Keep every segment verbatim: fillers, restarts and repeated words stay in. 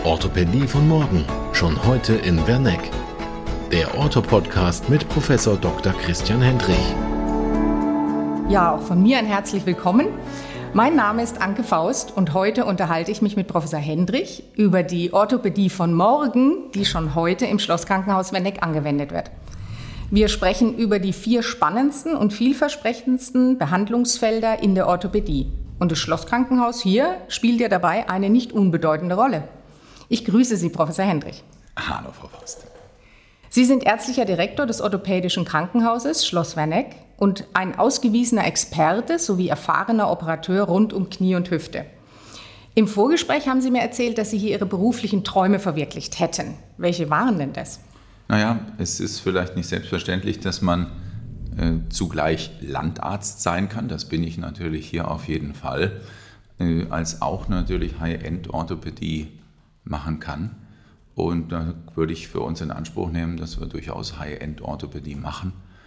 Orthopädie von morgen, schon heute in Werneck. Der Ortho-Podcast mit Professor Doktor Christian Hendrich. Ja, auch von mir ein herzlich willkommen. Mein Name ist Anke Faust und heute unterhalte ich mich mit Professor Hendrich über die Orthopädie von morgen, die schon heute im Schlosskrankenhaus Werneck angewendet wird. Wir sprechen über die vier spannendsten und vielversprechendsten Behandlungsfelder in der Orthopädie. Und das Schlosskrankenhaus hier spielt ja dabei eine nicht unbedeutende Rolle. Ich grüße Sie, Professor Hendrich. Hallo, Frau Faust. Sie sind ärztlicher Direktor des Orthopädischen Krankenhauses Schloss Werneck und ein ausgewiesener Experte sowie erfahrener Operateur rund um Knie und Hüfte. Im Vorgespräch haben Sie mir erzählt, dass Sie hier Ihre beruflichen Träume verwirklicht hätten. Welche waren denn das? Naja, es ist vielleicht nicht selbstverständlich, dass man äh, zugleich Landarzt sein kann. Das bin ich natürlich hier auf jeden Fall. Äh, als auch natürlich High-End-Orthopädie machen kann. Und da würde ich für uns in Anspruch nehmen, dass wir durchaus High-End-Orthopädie machen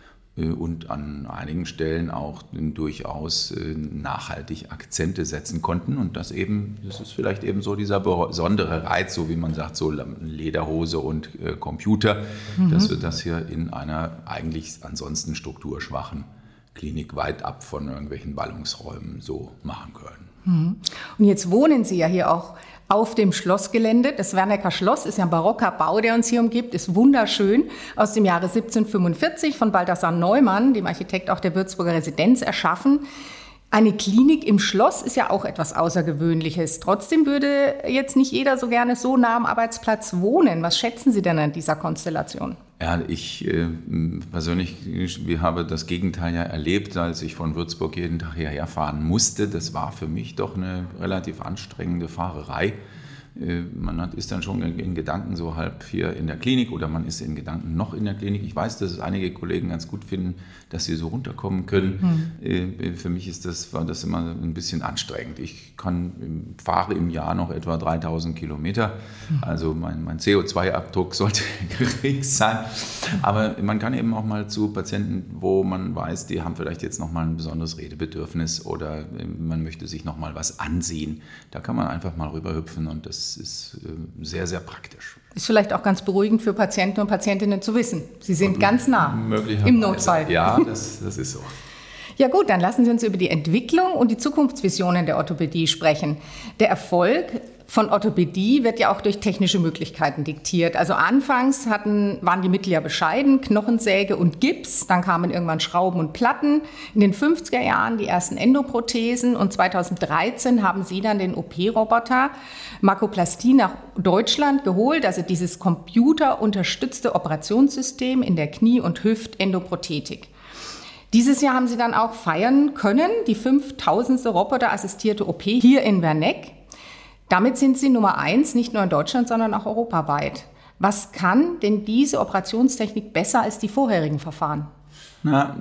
und an einigen Stellen auch durchaus nachhaltig Akzente setzen konnten. Und das eben, das ist vielleicht eben so dieser besondere Reiz, so wie man sagt, so Lederhose und Computer, mhm. dass wir das hier in einer eigentlich ansonsten strukturschwachen Klinik weit ab von irgendwelchen Ballungsräumen so machen können. Mhm. Und jetzt wohnen Sie ja hier auch auf dem Schlossgelände. Das Wernecker Schloss ist ja ein barocker Bau, der uns hier umgibt, ist wunderschön, aus dem Jahre siebzehnhundertfünfundvierzig von Balthasar Neumann, dem Architekt auch der Würzburger Residenz, erschaffen. Eine Klinik im Schloss ist ja auch etwas Außergewöhnliches. Trotzdem würde jetzt nicht jeder so gerne so nah am Arbeitsplatz wohnen. Was schätzen Sie denn an dieser Konstellation? Ja, ich äh, persönlich ich habe das Gegenteil ja erlebt, als ich von Würzburg jeden Tag hierher fahren musste. Das war für mich doch eine relativ anstrengende Fahrerei. Äh, man hat, ist dann schon in, in Gedanken so halb hier in der Klinik oder man ist in Gedanken noch in der Klinik. Ich weiß, dass es einige Kollegen ganz gut finden, dass sie so runterkommen können. Mhm. Äh, für mich ist das, war das immer ein bisschen anstrengend. Ich kann, fahre im Jahr noch etwa dreitausend Kilometer. Mhm. Also mein, mein C O zwei Abdruck sollte gering sein. Aber man kann eben auch mal zu Patienten, wo man weiß, die haben vielleicht jetzt noch mal ein besonderes Redebedürfnis oder man möchte sich noch mal was ansehen. Da kann man einfach mal rüberhüpfen und das ist sehr, sehr praktisch. Ist vielleicht auch ganz beruhigend für Patienten und Patientinnen zu wissen. Sie sind und ganz nah im Notfall. Ja, das, das ist so. Ja gut, dann lassen Sie uns über die Entwicklung und die Zukunftsvisionen der Orthopädie sprechen. Der Erfolg von Orthopädie wird ja auch durch technische Möglichkeiten diktiert. Also anfangs hatten, waren die Mittel ja bescheiden, Knochensäge und Gips, dann kamen irgendwann Schrauben und Platten. In den fünfziger Jahren die ersten Endoprothesen und zweitausenddreizehn haben Sie dann den O P-Roboter Makoplastie nach Deutschland geholt, also dieses computerunterstützte Operationssystem in der Knie- und Hüftendoprothetik. Dieses Jahr haben Sie dann auch feiern können, die fünftausendste roboterassistierte O P hier in Werneck. Damit sind Sie Nummer eins, nicht nur in Deutschland, sondern auch europaweit. Was kann denn diese Operationstechnik besser als die vorherigen Verfahren? Na,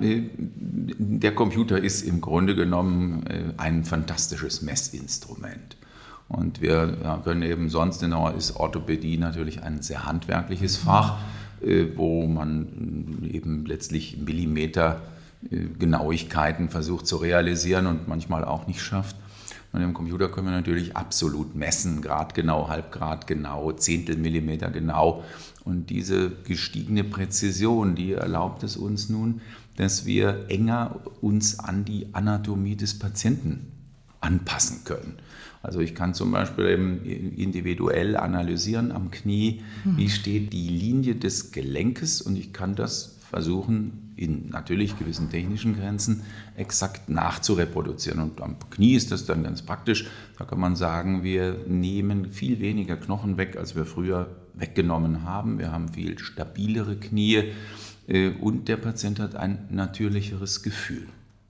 der Computer ist im Grunde genommen ein fantastisches Messinstrument. Und wir können eben sonst in der Orthopädie natürlich ein sehr handwerkliches Fach, wo man eben letztlich Millimeter Genauigkeiten versucht zu realisieren und manchmal auch nicht schafft. Und im Computer können wir natürlich absolut messen, Grad genau, Halbgrad genau, Zehntelmillimeter genau. Und diese gestiegene Präzision, die erlaubt es uns nun, dass wir enger uns an die Anatomie des Patienten anpassen können. Also ich kann zum Beispiel eben individuell analysieren am Knie, wie steht die Linie des Gelenkes und ich kann das versuchen, in natürlich gewissen technischen Grenzen exakt nachzureproduzieren. Und am Knie ist das dann ganz praktisch. Da kann man sagen, wir nehmen viel weniger Knochen weg, als wir früher weggenommen haben. Wir haben viel stabilere Knie und der Patient hat ein natürlicheres Gefühl.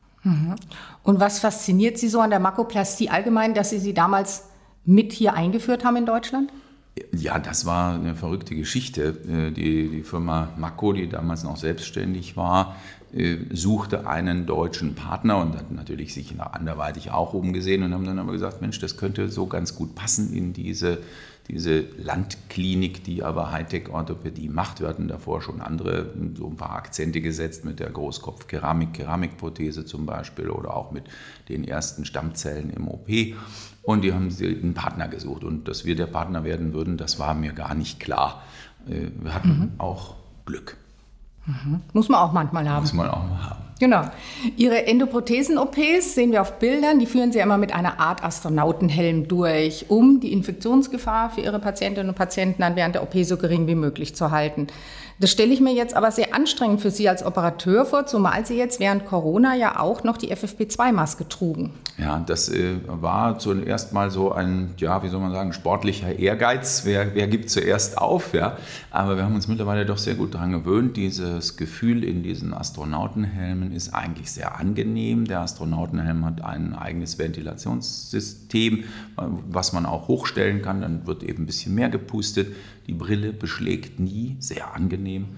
Und was fasziniert Sie so an der Makoplastie allgemein, dass Sie sie damals mit hier eingeführt haben in Deutschland? Ja, das war eine verrückte Geschichte. Die, die Firma Mako, die damals noch selbstständig war, äh, suchte einen deutschen Partner und hat natürlich sich anderweitig auch umgesehen und haben dann aber gesagt, Mensch, das könnte so ganz gut passen in diese, diese Landklinik, die aber Hightech-Orthopädie macht. Wir hatten davor schon andere, so ein paar Akzente gesetzt mit der Großkopf-Keramik, Keramikprothese zum Beispiel oder auch mit den ersten Stammzellen im O P. Und die haben einen Partner gesucht. Und dass wir der Partner werden würden, das war mir gar nicht klar. Wir hatten mhm. auch Glück. Mhm. Muss man auch manchmal haben. Muss man auch mal haben. Genau. Ihre Endoprothesen-O Ps sehen wir auf Bildern, die führen Sie immer mit einer Art Astronautenhelm durch, um die Infektionsgefahr für Ihre Patientinnen und Patienten dann während der O P so gering wie möglich zu halten. Das stelle ich mir jetzt aber sehr anstrengend für Sie als Operateur vor, zumal Sie jetzt während Corona ja auch noch die F F P zwei Maske trugen. Ja, das äh, war zuerst mal so ein, ja, wie soll man sagen, sportlicher Ehrgeiz. Wer, wer gibt zuerst auf? Ja? Aber wir haben uns mittlerweile doch sehr gut daran gewöhnt. Dieses Gefühl in diesen Astronautenhelmen ist eigentlich sehr angenehm. Der Astronautenhelm hat ein eigenes Ventilationssystem, was man auch hochstellen kann. Dann wird eben ein bisschen mehr gepustet. Die Brille beschlägt nie, sehr angenehm.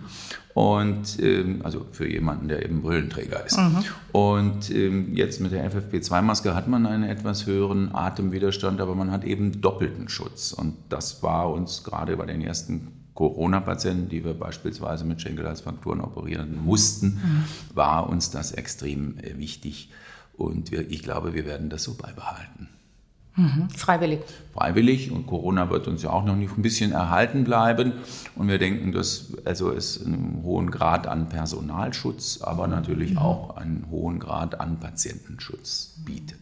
Und ähm, also für jemanden, der eben Brillenträger ist. Mhm. Und ähm, jetzt mit der F F P zwei Maske hat man einen etwas höheren Atemwiderstand, aber man hat eben doppelten Schutz. Und das war uns gerade bei den ersten Corona-Patienten, die wir beispielsweise mit Schenkelhalsfrakturen operieren mussten, mhm. war uns das extrem äh, wichtig. Und wir, ich glaube, wir werden das so beibehalten. Mhm. Freiwillig. Freiwillig, und Corona wird uns ja auch noch nicht ein bisschen erhalten bleiben. Und wir denken, dass also es einen hohen Grad an Personalschutz, aber natürlich mhm. auch einen hohen Grad an Patientenschutz bietet.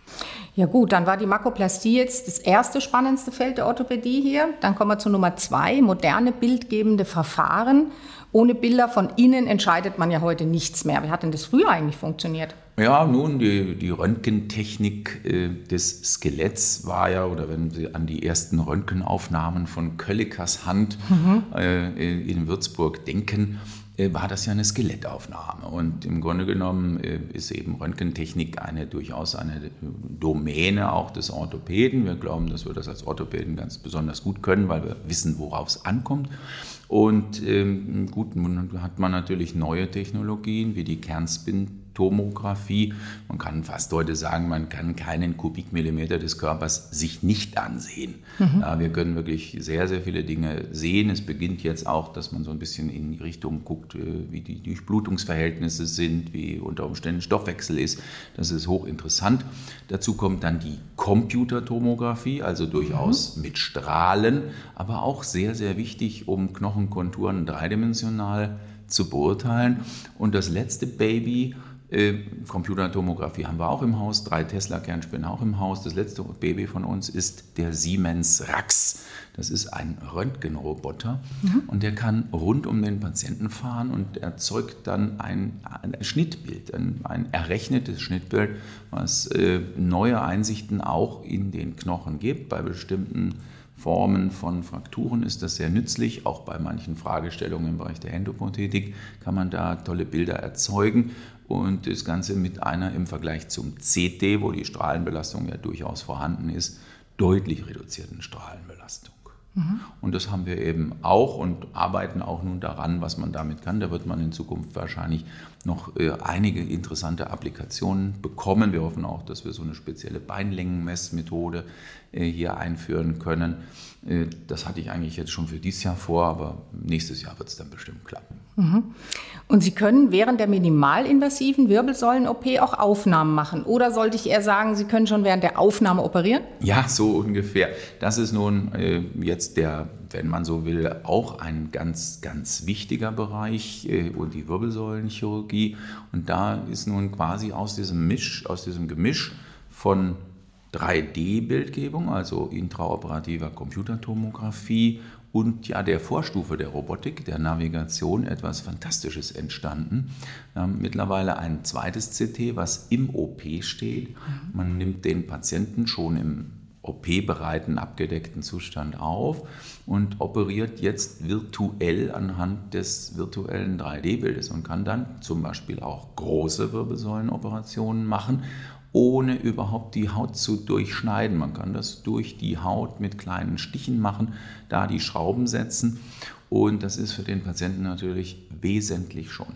Ja gut, dann war die Makroplastie jetzt das erste spannendste Feld der Orthopädie hier. Dann kommen wir zu Nummer zwei, moderne bildgebende Verfahren. Ohne Bilder von innen entscheidet man ja heute nichts mehr. Wie hat denn das früher eigentlich funktioniert? Ja, nun, die, die Röntgentechnik äh, des Skeletts war ja, oder wenn Sie an die ersten Röntgenaufnahmen von Köllikers Hand mhm. äh, in Würzburg denken, äh, war das ja eine Skelettaufnahme. Und im Grunde genommen äh, ist eben Röntgentechnik eine durchaus eine Domäne auch des Orthopäden. Wir glauben, dass wir das als Orthopäden ganz besonders gut können, weil wir wissen, worauf es ankommt. Und ähm, gut, nun hat man natürlich neue Technologien wie die Kernspintomographie. Man kann fast heute sagen, man kann keinen Kubikmillimeter des Körpers sich nicht ansehen. Mhm. Ja, wir können wirklich sehr, sehr viele Dinge sehen. Es beginnt jetzt auch, dass man so ein bisschen in die Richtung guckt, wie die Durchblutungsverhältnisse sind, wie unter Umständen Stoffwechsel ist. Das ist hochinteressant. Dazu kommt dann die Computertomographie, also durchaus mhm. mit Strahlen, aber auch sehr, sehr wichtig, um Knochenkonturen dreidimensional zu beurteilen. Und das letzte Baby, äh, Computertomographie haben wir auch im Haus, drei Tesla-Kernspinnen auch im Haus. Das letzte Baby von uns ist der Siemens Rax. Das ist ein Röntgenroboter mhm. und der kann rund um den Patienten fahren und erzeugt dann ein, ein Schnittbild, ein, ein errechnetes Schnittbild, was äh, neue Einsichten auch in den Knochen gibt. Bei bestimmten Formen von Frakturen ist das sehr nützlich. Auch bei manchen Fragestellungen im Bereich der Endoprothetik kann man da tolle Bilder erzeugen. Und das Ganze mit einer im Vergleich zum C T, wo die Strahlenbelastung ja durchaus vorhanden ist, deutlich reduzierten Strahlenbelastung. Mhm. Und das haben wir eben auch und arbeiten auch nun daran, was man damit kann. Da wird man in Zukunft wahrscheinlich noch äh, einige interessante Applikationen bekommen. Wir hoffen auch, dass wir so eine spezielle Beinlängenmessmethode äh, hier einführen können. Äh, das hatte ich eigentlich jetzt schon für dieses Jahr vor, aber nächstes Jahr wird es dann bestimmt klappen. Mhm. Und Sie können während der minimalinvasiven Wirbelsäulen-O P auch Aufnahmen machen. Oder sollte ich eher sagen, Sie können schon während der Aufnahme operieren? Ja, so ungefähr. Das ist nun äh, jetzt der, wenn man so will, auch ein ganz, ganz wichtiger Bereich, äh, und die Wirbelsäulenchirurgie. Und da ist nun quasi aus diesem Misch, aus diesem Gemisch von drei D Bildgebung, also intraoperativer Computertomographie und ja der Vorstufe der Robotik, der Navigation, etwas Fantastisches entstanden. Wir haben mittlerweile ein zweites C T, was im O P steht. Man nimmt den Patienten schon im O P-bereiten, abgedeckten Zustand auf und operiert jetzt virtuell anhand des virtuellen drei D Bildes und kann dann zum Beispiel auch große Wirbelsäulenoperationen machen, ohne überhaupt die Haut zu durchschneiden. Man kann das durch die Haut mit kleinen Stichen machen, da die Schrauben setzen und das ist für den Patienten natürlich wesentlich schonender.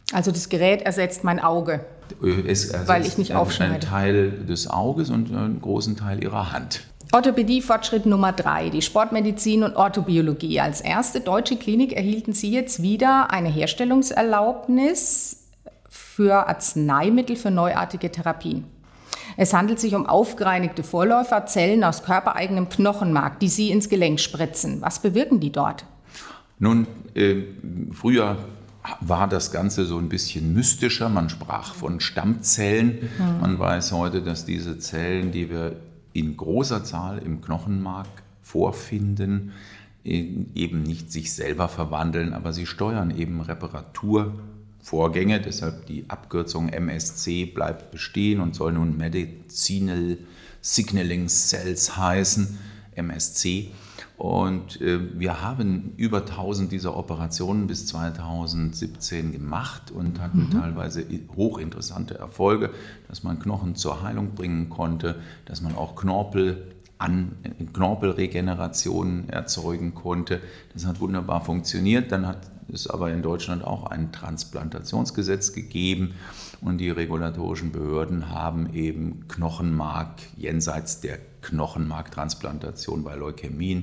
Also das Gerät ersetzt mein Auge, es ersetzt weil ich nicht aufschneide. Einen Teil des Auges und einen großen Teil ihrer Hand. Orthopädie-Fortschritt Nummer drei, die Sportmedizin und Orthobiologie. Als erste deutsche Klinik erhielten Sie jetzt wieder eine Herstellungserlaubnis für Arzneimittel für neuartige Therapien. Es handelt sich um aufgereinigte Vorläuferzellen aus körpereigenem Knochenmark, die Sie ins Gelenk spritzen. Was bewirken die dort? Nun, äh, früher war das Ganze so ein bisschen mystischer. Man sprach von Stammzellen. Mhm. Man weiß heute, dass diese Zellen, die wir in großer Zahl im Knochenmark vorfinden, eben nicht sich selber verwandeln, aber sie steuern eben Reparaturvorgänge. Deshalb die Abkürzung M S C bleibt bestehen und soll nun Medicinal Signaling Cells heißen, M S C. Und äh, wir haben über tausend dieser Operationen bis zweitausendsiebzehn gemacht und hatten mhm. teilweise hochinteressante Erfolge, dass man Knochen zur Heilung bringen konnte, dass man auch Knorpel an Knorpelregenerationen erzeugen konnte. Das hat wunderbar funktioniert. Dann hat es aber in Deutschland auch ein Transplantationsgesetz gegeben und die regulatorischen Behörden haben eben Knochenmark jenseits der Knochenmarktransplantation bei Leukämien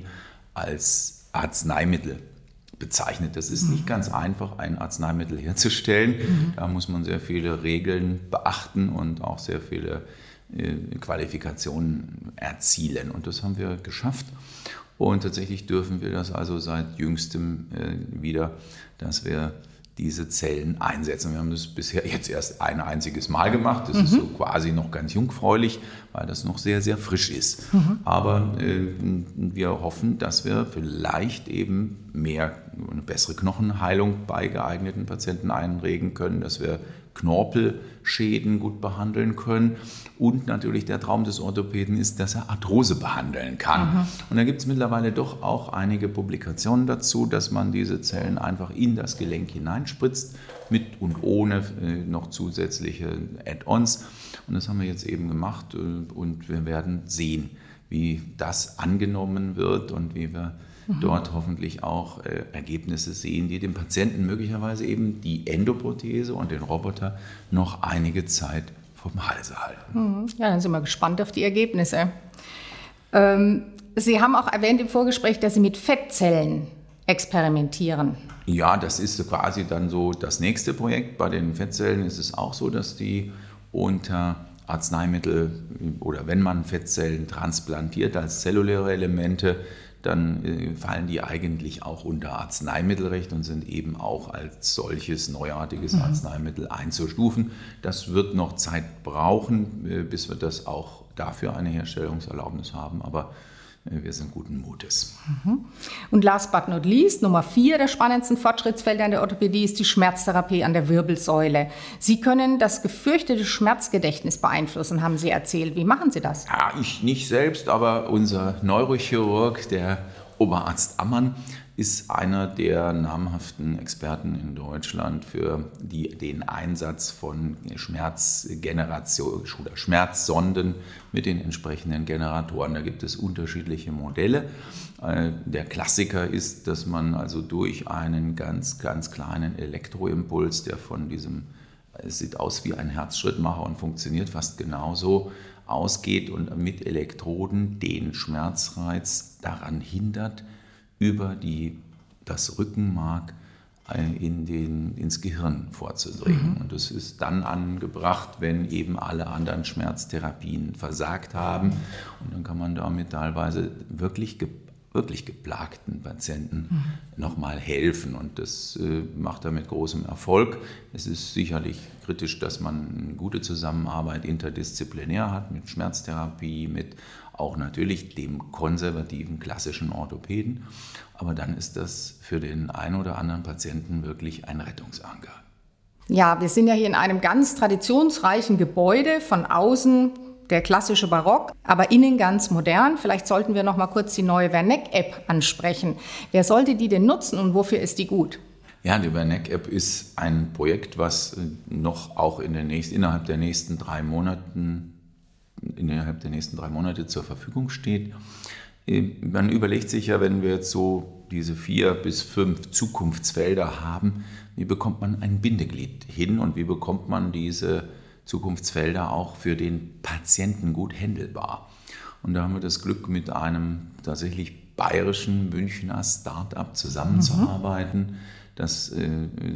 als Arzneimittel bezeichnet. Das ist nicht ganz einfach, ein Arzneimittel herzustellen. Mhm. Da muss man sehr viele Regeln beachten und auch sehr viele äh, Qualifikationen erzielen. Und das haben wir geschafft. Und tatsächlich dürfen wir das also seit jüngstem äh, wieder, dass wir diese Zellen einsetzen. Wir haben das bisher jetzt erst ein einziges Mal gemacht. Das mhm. ist so quasi noch ganz jungfräulich, weil das noch sehr, sehr frisch ist. Mhm. Aber äh, wir hoffen, dass wir vielleicht eben mehr, eine bessere Knochenheilung bei geeigneten Patienten einregen können, dass wir Knorpelschäden gut behandeln können. Und natürlich der Traum des Orthopäden ist, dass er Arthrose behandeln kann. Mhm. Und da gibt es mittlerweile doch auch einige Publikationen dazu, dass man diese Zellen einfach in das Gelenk hineinspritzt, mit und ohne äh, noch zusätzliche Add-ons. Und das haben wir jetzt eben gemacht äh, und wir werden sehen, wie das angenommen wird und wie wir mhm. dort hoffentlich auch äh, Ergebnisse sehen, die dem Patienten möglicherweise eben die Endoprothese und den Roboter noch einige Zeit vom Halse halten. Ja, dann sind wir gespannt auf die Ergebnisse. Ähm, Sie haben auch erwähnt im Vorgespräch, dass Sie mit Fettzellen experimentieren. Ja, das ist quasi dann so das nächste Projekt. Bei den Fettzellen ist es auch so, dass die unter Arzneimittel oder wenn man Fettzellen transplantiert als zelluläre Elemente, dann äh, fallen die eigentlich auch unter Arzneimittelrecht und sind eben auch als solches neuartiges mhm. Arzneimittel einzustufen. Das wird noch Zeit brauchen, äh, bis wir das auch dafür eine Herstellungserlaubnis haben, aber äh, wir sind guten Mutes. Mhm. Und last but not least, Nummer vier der spannendsten Fortschrittsfelder in der Orthopädie ist die Schmerztherapie an der Wirbelsäule. Sie können das gefürchtete Schmerzgedächtnis beeinflussen, haben Sie erzählt. Wie machen Sie das? Ja, ich nicht selbst, aber unser Neurochirurg, der Oberarzt Ammann, ist einer der namhaften Experten in Deutschland für die, den Einsatz von Schmerzgeneration oder Schmerzsonden mit den entsprechenden Generatoren. Da gibt es unterschiedliche Modelle. Der Klassiker ist, dass man also durch einen ganz, ganz kleinen Elektroimpuls, der von diesem, es sieht aus wie ein Herzschrittmacher und funktioniert fast genauso, ausgeht und mit Elektroden den Schmerzreiz daran hindert, über die, das Rückenmark in den, ins Gehirn vorzudringen. Mhm. Und das ist dann angebracht, wenn eben alle anderen Schmerztherapien versagt haben. Und dann kann man damit teilweise wirklich, wirklich geplagten Patienten mhm. nochmal helfen. Und das äh, macht er mit großem Erfolg. Es ist sicherlich kritisch, dass man eine gute Zusammenarbeit interdisziplinär hat mit Schmerztherapie, mit auch natürlich dem konservativen, klassischen Orthopäden. Aber dann ist das für den einen oder anderen Patienten wirklich ein Rettungsanker. Ja, wir sind ja hier in einem ganz traditionsreichen Gebäude, von außen der klassische Barock, aber innen ganz modern. Vielleicht sollten wir noch mal kurz die neue Werneck-App ansprechen. Wer sollte die denn nutzen und wofür ist die gut? Ja, die Werneck-App ist ein Projekt, was noch auch in der nächsten, innerhalb der nächsten drei Monaten innerhalb der nächsten drei Monate zur Verfügung steht. Man überlegt sich ja, wenn wir jetzt so diese vier bis fünf Zukunftsfelder haben, wie bekommt man ein Bindeglied hin und wie bekommt man diese Zukunftsfelder auch für den Patienten gut handelbar? Und da haben wir das Glück, mit einem tatsächlich bayerischen Münchner Start-up zusammenzuarbeiten. Mhm. Das äh,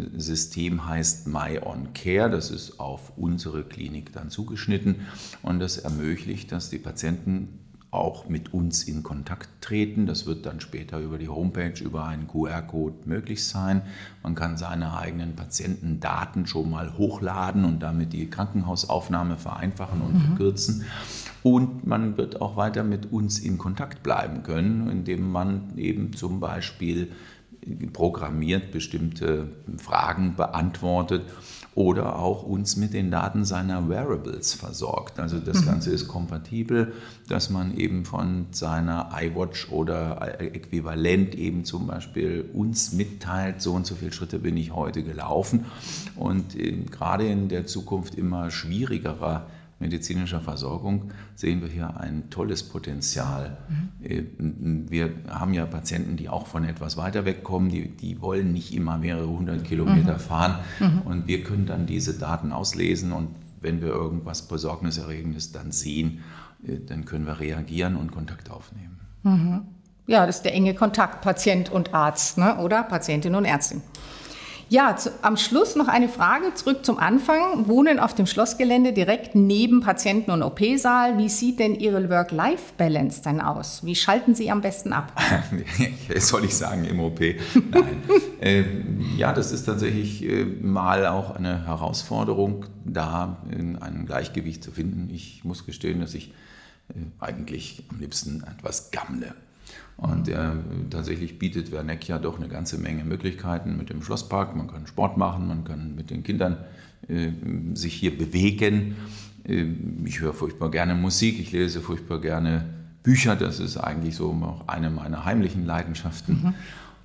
System heißt MyOnCare, das ist auf unsere Klinik dann zugeschnitten und das ermöglicht, dass die Patienten auch mit uns in Kontakt treten. Das wird dann später über die Homepage, über einen Q R-Code möglich sein. Man kann seine eigenen Patientendaten schon mal hochladen und damit die Krankenhausaufnahme vereinfachen und mhm. verkürzen. Und man wird auch weiter mit uns in Kontakt bleiben können, indem man eben zum Beispiel programmiert bestimmte Fragen beantwortet oder auch uns mit den Daten seiner Wearables versorgt. Also das Ganze ist kompatibel, dass man eben von seiner iWatch oder äquivalent eben zum Beispiel uns mitteilt, so und so viele Schritte bin ich heute gelaufen. Und gerade in der Zukunft immer schwierigerer medizinischer Versorgung sehen wir hier ein tolles Potenzial. Mhm. Wir haben ja Patienten, die auch von etwas weiter wegkommen, die, die wollen nicht immer mehrere hundert Kilometer mhm. fahren mhm. und wir können dann diese Daten auslesen und wenn wir irgendwas Besorgniserregendes dann sehen, dann können wir reagieren und Kontakt aufnehmen. Mhm. Ja, das ist der enge Kontakt Patient und Arzt, ne? Oder Patientin und Ärztin. Ja, zu, am Schluss noch eine Frage zurück zum Anfang. Wohnen auf dem Schlossgelände direkt neben Patienten- und O P-Saal. Wie sieht denn Ihre Work-Life-Balance denn aus? Wie schalten Sie am besten ab? Soll ich sagen, im O P? Nein. äh, ja, das ist tatsächlich äh, mal auch eine Herausforderung, da in ein Gleichgewicht zu finden. Ich muss gestehen, dass ich äh, eigentlich am liebsten etwas gammle. Und äh, tatsächlich bietet Werneck ja doch eine ganze Menge Möglichkeiten mit dem Schlosspark. Man kann Sport machen, man kann mit den Kindern äh, sich hier bewegen. Äh, ich höre furchtbar gerne Musik, ich lese furchtbar gerne Bücher. Das ist eigentlich so auch eine meiner heimlichen Leidenschaften. Mhm.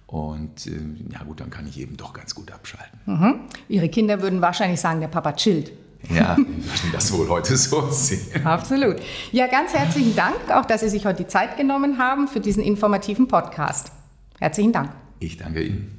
Und äh, ja gut, dann kann ich eben doch ganz gut abschalten. Mhm. Ihre Kinder würden wahrscheinlich sagen, der Papa chillt. Ja, wir würden das wohl heute so sehen. Absolut. Ja, ganz herzlichen Dank, auch dass Sie sich heute die Zeit genommen haben für diesen informativen Podcast. Herzlichen Dank. Ich danke Ihnen.